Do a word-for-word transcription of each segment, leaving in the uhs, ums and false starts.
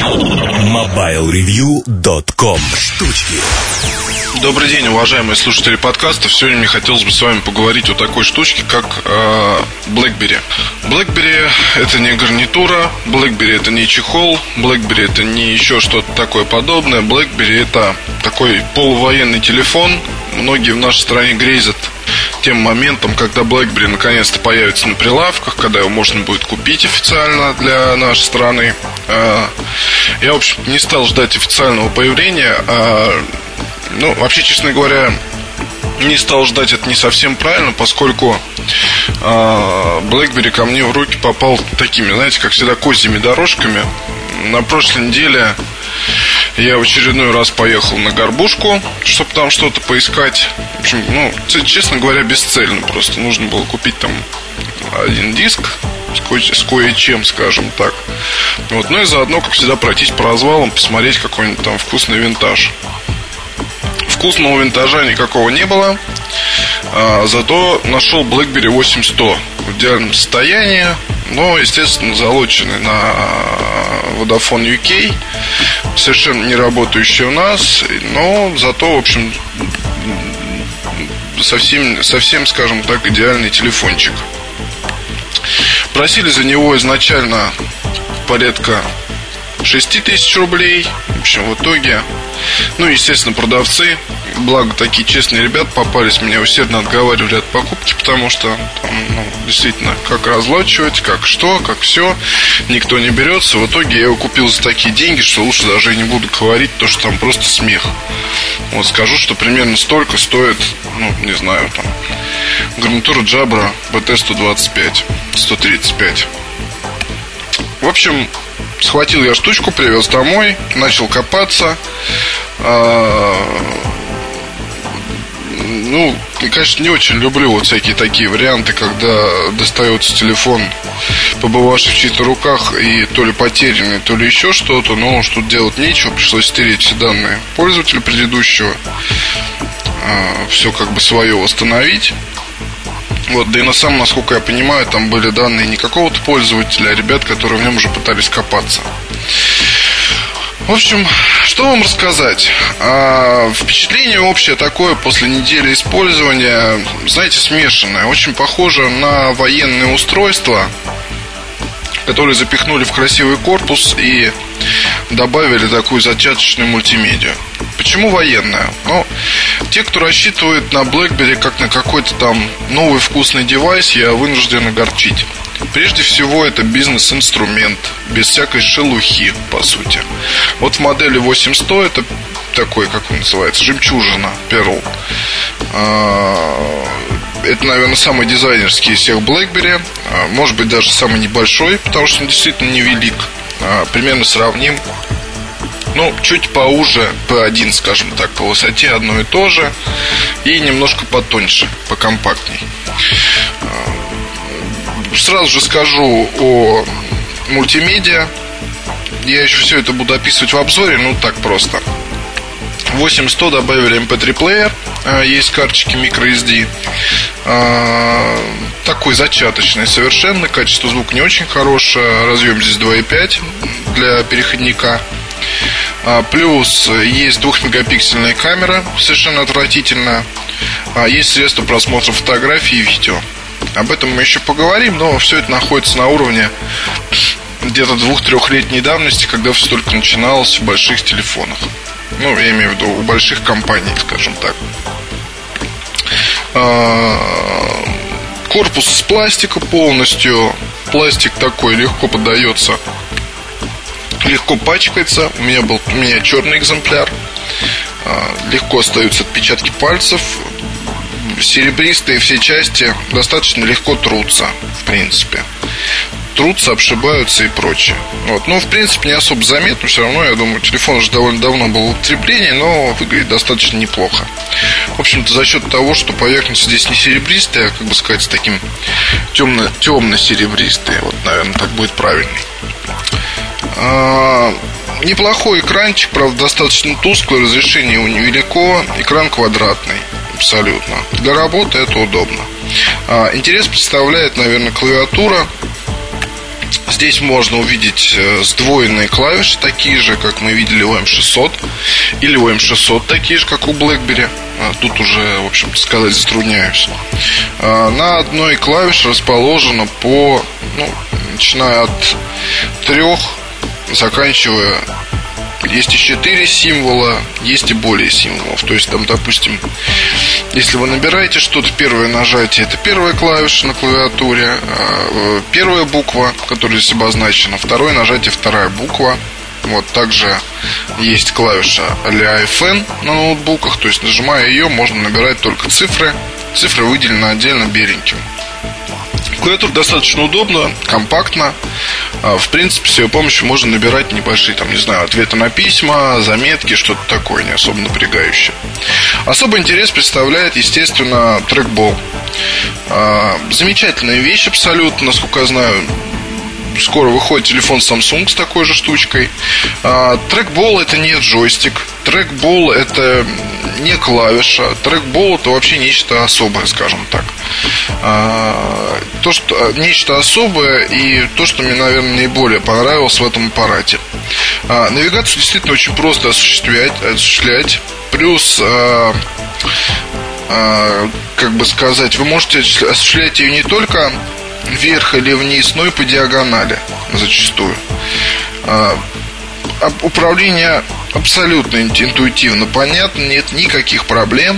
мобайл ревью точка ком. Штучки. Добрый день, уважаемые слушатели подкастов. Сегодня мне хотелось бы с вами поговорить о такой штучке, как э, BlackBerry. BlackBerry — это не гарнитура, BlackBerry — это не чехол, BlackBerry — это не еще что-то такое подобное. BlackBerry — это такой полувоенный телефон. Многие в нашей стране грезят тем моментом, когда BlackBerry наконец-то появится на прилавках, когда его можно будет купить официально для нашей страны. Я, в общем, не стал ждать официального появления. Ну, вообще, честно говоря, не стал ждать, это не совсем правильно, поскольку BlackBerry ко мне в руки попал такими, знаете, как всегда, козьими дорожками. На прошлой неделе я в очередной раз поехал на горбушку, чтобы там что-то поискать. В общем, ну, честно говоря, бесцельно. Просто нужно было купить там один диск с, ко- с кое-чем, скажем так. Вот. Ну и заодно, как всегда, пройтись по развалам, посмотреть какой-нибудь там вкусный винтаж. Вкусного винтажа никакого не было. а, Зато нашел BlackBerry восемь сто в идеальном состоянии. Но, естественно, залоченный на Vodafone ю кей. Совершенно не работающий у нас. Но зато, в общем, совсем, совсем, скажем так, идеальный телефончик. Просили за него изначально порядка шесть тысяч рублей. В общем, в итоге, ну, естественно, продавцы, благо такие честные ребята попались, меня усердно отговаривали от покупки, потому что там, ну, действительно, как разлачивать, как что, как все, никто не берется. В итоге я его купил за такие деньги, что лучше даже и не буду говорить, то что там просто смех. Вот скажу, что примерно столько стоит, ну, не знаю, там гарнитура Jabra би ти сто двадцать пять, сто тридцать пять. В общем, схватил я штучку, привез домой, начал копаться. Ну, и, конечно, не очень люблю вот всякие такие варианты, когда достается телефон, побывавший в чьих-то руках, и то ли потерянный, то ли еще что-то. Но уж тут делать нечего, пришлось стереть все данные пользователя предыдущего, все как бы свое восстановить. Вот, да и на самом, насколько я понимаю, там были данные не какого-то пользователя, а ребят, которые в нем уже пытались копаться. В общем, что вам рассказать? А, впечатление общее такое после недели использования, знаете, смешанное. Очень похоже на военные устройства, которые запихнули в красивый корпус и добавили такую зачаточную мультимедиа. Почему военная? Ну, те, кто рассчитывает на BlackBerry как на какой-то там новый вкусный девайс, я вынужден огорчить. Прежде всего, это бизнес-инструмент, без всякой шелухи, по сути. Вот в модели восемь сто это такой, как он называется, жемчужина, Pearl. Это, наверное, самый дизайнерский из всех BlackBerry. Может быть, даже самый небольшой, потому что он действительно невелик. Примерно сравним. Ну, чуть поуже пи один, скажем так, по высоте одно и то же. И немножко потоньше, покомпактней. Сразу же скажу о мультимедиа. Я еще все это буду описывать в обзоре. Ну, так просто. В восемь сто добавили эм пи три плеер. Есть карточки microSD. Такой зачаточный совершенно. Качество звука не очень хорошее. Разъем здесь два и пять для переходника. Плюс есть двухмегапиксельная камера, совершенно отвратительная. Есть средства просмотра фотографий и видео. Об этом мы еще поговорим, но все это находится на уровне где-то двух-трехлетней давности, когда все только начиналось в больших телефонах. Ну, я имею в виду у больших компаний, скажем так. Корпус из пластика полностью. Пластик такой легко поддается, легко пачкается. У меня был, у меня черный экземпляр. Легко остаются отпечатки пальцев. Серебристые все части достаточно легко трутся, в принципе. Трутся, обшибаются и прочее. Вот. Ну, в принципе, не особо заметно. Все равно, я думаю, телефон уже довольно давно был в употреблении, но выглядит достаточно неплохо. В общем-то, за счет того, что поверхность здесь не серебристая, а, как бы сказать, таким темно, темно-серебристая. Вот, наверное, так будет правильней. А, неплохой экранчик, правда, достаточно тусклый, разрешение его невелико, экран квадратный. Абсолютно. Для работы это удобно. а, Интерес представляет, наверное, клавиатура. Здесь можно увидеть сдвоенные клавиши, такие же, как мы видели у эм шестьсот, или у эм шестьсот, такие же, как у BlackBerry. Тут уже, в общем-то, сказать затрудняюсь. На одной клавише расположено по, ну, начиная от трех, заканчивая. Есть и четыре символа, есть и более символов. То есть, там, допустим, если вы набираете что-то, первое нажатие — это первая клавиша на клавиатуре, первая буква, которая здесь обозначена, второе нажатие — вторая буква. Вот, также есть клавиша а-ля эф эн на ноутбуках. То есть, нажимая ее, можно набирать только цифры. Цифры выделены отдельно беленьким. Клавиатура достаточно удобно, компактно. В принципе, с ее помощью можно набирать небольшие, там, не знаю, ответы на письма, заметки, что-то такое, не особо напрягающее. Особый интерес представляет, естественно, трекбол. Замечательная вещь абсолютно, насколько я знаю. Скоро выходит телефон Samsung с такой же штучкой. Трекбол — это не джойстик. Трекбол — это не клавиша. Трекбол — это вообще нечто особое, скажем так. То, что, нечто особое, и то, что мне, наверное, наиболее понравилось в этом аппарате. Навигацию действительно очень просто осуществлять, осуществлять. Плюс, как бы сказать, вы можете осуществлять ее не только вверх или вниз, но и по диагонали зачастую. Управление абсолютно интуитивно понятно, нет никаких проблем.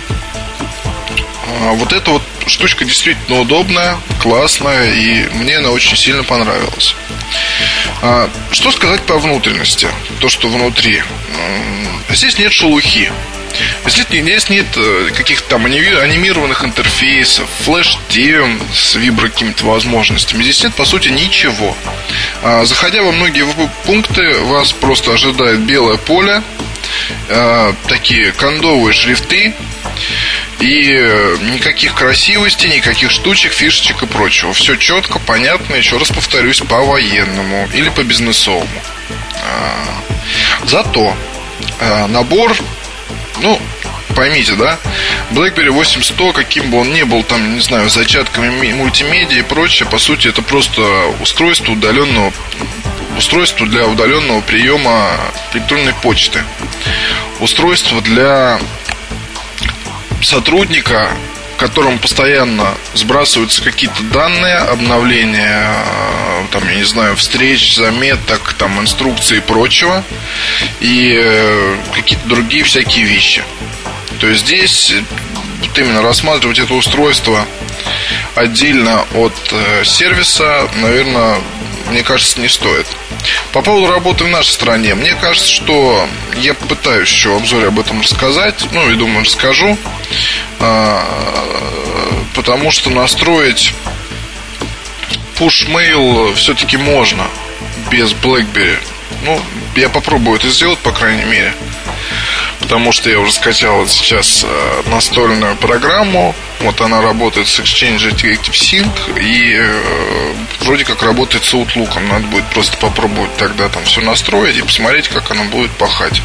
Вот эта вот штучка действительно удобная, классная, и мне она очень сильно понравилась. Что сказать по внутренности? То, что внутри. Здесь нет шелухи. Здесь нет каких-то там анимированных интерфейсов, флеш-тем с вибро какими-то возможностями. Здесь нет, по сути, ничего. Заходя во многие пункты, вас просто ожидает белое поле, такие кондовые шрифты, и никаких красивостей, никаких штучек, фишечек и прочего. Все четко, понятно, еще раз повторюсь, по-военному или по-бизнесовому. Зато набор, ну, поймите, да, BlackBerry восемь сто, каким бы он ни был, там, не знаю, зачатками мультимедиа и прочее, по сути, это просто устройство удаленного, устройство для удаленного приема электронной почты. Устройство для сотрудника, которому постоянно сбрасываются какие-то данные, обновления, там, я не знаю, встреч, заметок, там, инструкций и прочего, и какие-то другие всякие вещи. То есть здесь вот именно рассматривать это устройство отдельно от э, сервиса, наверное, мне кажется, не стоит. По поводу работы в нашей стране, мне кажется, что я попытаюсь еще в обзоре об этом рассказать. Ну, и думаю, расскажу. Потому что настроить push-mail все-таки можно без BlackBerry. Ну, я попробую это сделать, по крайней мере. Потому что я уже скачал вот сейчас настольную программу. Вот она работает с Exchange Interactive Sync. И э, вроде как работает с Outlook. Надо будет просто попробовать тогда там все настроить и посмотреть, как оно будет пахать.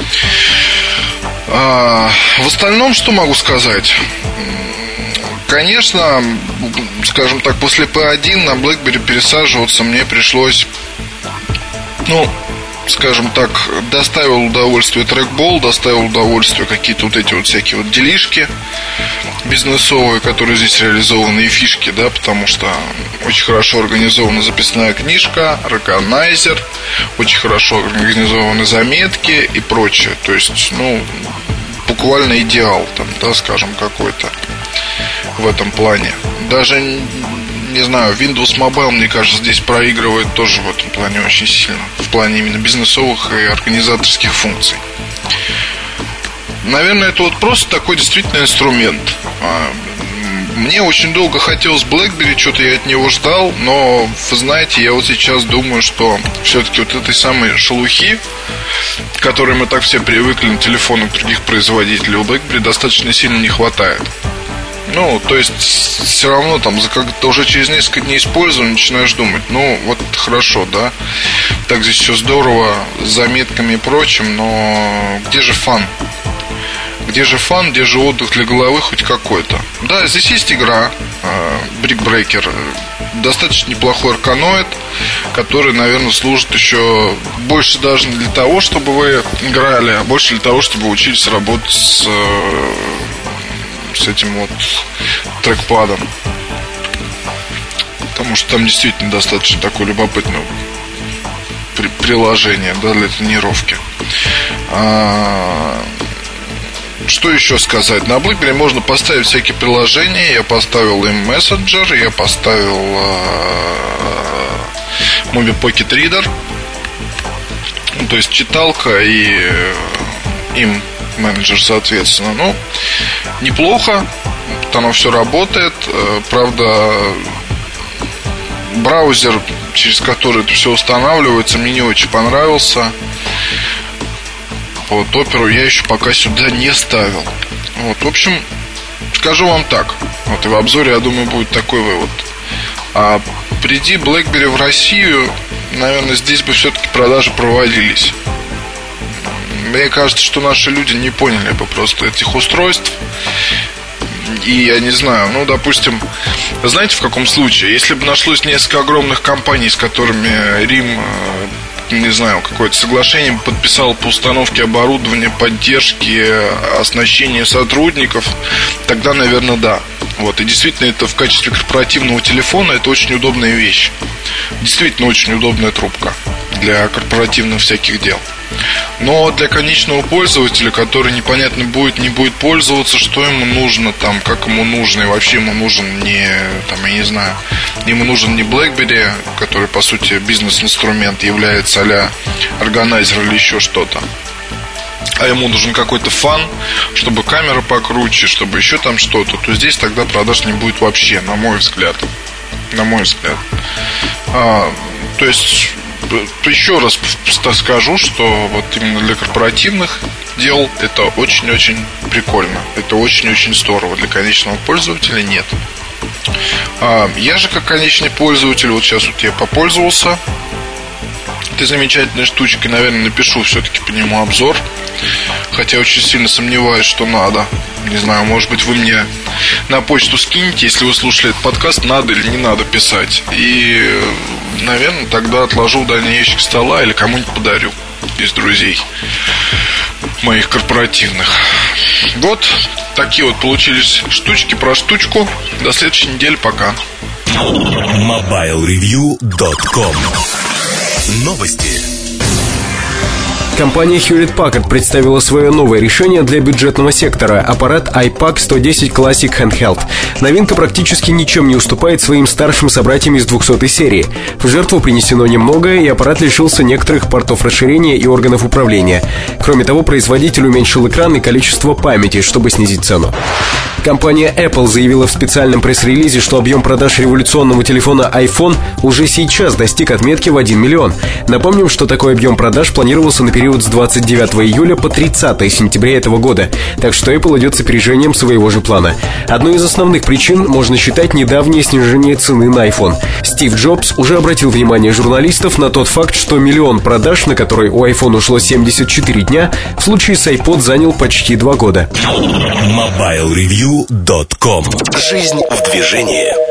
а, В остальном, что могу сказать? Конечно, скажем так, после пи один на BlackBerry пересаживаться мне пришлось, ну, скажем так, доставил удовольствие трекбол, доставил удовольствие какие-то вот эти вот всякие вот делишки бизнесовые, которые здесь реализованы, и фишки, да, потому что очень хорошо организована записная книжка, органайзер, очень хорошо организованы заметки и прочее. То есть, ну, буквально идеал там, да, скажем, какой-то в этом плане. Даже, не знаю, Windows Mobile, мне кажется, здесь проигрывает тоже в этом плане очень сильно. В плане именно бизнесовых и организаторских функций. Наверное, это вот просто такой действительно инструмент. Мне очень долго хотелось BlackBerry, что-то я от него ждал. Но, вы знаете, я вот сейчас думаю, что все-таки вот этой самой шелухи, к которой мы так все привыкли на телефонах других производителей, у BlackBerry достаточно сильно не хватает. Ну, то есть, все равно там как-то уже через несколько дней использования начинаешь думать, ну, вот хорошо, да, так здесь все здорово, с заметками и прочим, но где же фан? Где же фан, где же отдых для головы хоть какой-то? Да, здесь есть игра Brick Breaker. достаточно неплохой арканоид, который, наверное, служит еще больше даже не для того, чтобы вы играли, а больше для того, чтобы учились работать с, с этим вот трекпадом. Потому что там действительно достаточно такое любопытное при, приложение, да, для тренировки. А, что еще сказать? На BlackBerry можно поставить всякие приложения. Я поставил им Messenger, я поставил а, Mobi Pocket Reader, ну, то есть читалка и им менеджер, соответственно. Ну, неплохо, оно все работает. Правда, браузер, через который это все устанавливается, мне не очень понравился. Вот, оперу я еще пока сюда не ставил. Вот, в общем, скажу вам так. Вот и в обзоре, я думаю, будет такой вывод. А приди BlackBerry в Россию, наверное, здесь бы все-таки продажи провалились. Мне кажется, что наши люди не поняли бы просто этих устройств. И я не знаю, ну, допустим, знаете, в каком случае? Если бы нашлось несколько огромных компаний, с которыми Рим, не знаю, какое-то соглашение подписал по установке оборудования, поддержке, оснащению сотрудников, тогда, наверное, да. Вот, и действительно, это в качестве корпоративного телефона это очень удобная вещь. Действительно, очень удобная трубка для корпоративных всяких дел. Но для конечного пользователя, который непонятно будет, не будет пользоваться, что ему нужно, там, как ему нужно, и вообще ему нужен не, там, я не знаю, ему нужен не BlackBerry, который, по сути, бизнес-инструмент, является а-ля органайзер или еще что-то, а ему нужен какой-то фан, чтобы камера покруче, чтобы еще там что-то, то здесь тогда продаж не будет вообще, на мой взгляд. На мой взгляд. А, то есть, еще раз скажу, что вот именно для корпоративных дел это очень-очень прикольно. Это очень-очень здорово. Для конечного пользователя нет. А, я же как конечный пользователь, вот сейчас вот я попользовался этой замечательной штучкой, наверное, напишу все-таки по нему обзор. Хотя очень сильно сомневаюсь, что надо. Не знаю, может быть, вы мне на почту скинете, если вы слушали этот подкаст, надо или не надо писать. И, наверное, тогда отложу в дальний ящик стола или кому-нибудь подарю из друзей моих корпоративных. Вот такие вот получились штучки про штучку. До следующей недели, пока. мобайл ревью точка ком. Новости. Компания Hewlett-Packard представила свое новое решение для бюджетного сектора – аппарат iPac сто десять Classic Handheld. Новинка практически ничем не уступает своим старшим собратьям из двухсотой серии. В жертву принесено немногое, и аппарат лишился некоторых портов расширения и органов управления. Кроме того, производитель уменьшил экран и количество памяти, чтобы снизить цену. Компания Apple заявила в специальном пресс-релизе, что объем продаж революционного телефона iPhone уже сейчас достиг отметки в один миллион. Напомним, что такой объем продаж планировался на период с двадцать девятого июля по тридцатое сентября этого года, так что Apple идет с опережением своего же плана. Одной из основных причин можно считать недавнее снижение цены на iPhone. Стив Джобс уже обратил внимание журналистов на тот факт, что миллион продаж, на который у iPhone ушло семьдесят четыре дня, в случае с iPod занял почти два года. мобайл ревью точка ком. Жизнь в движении.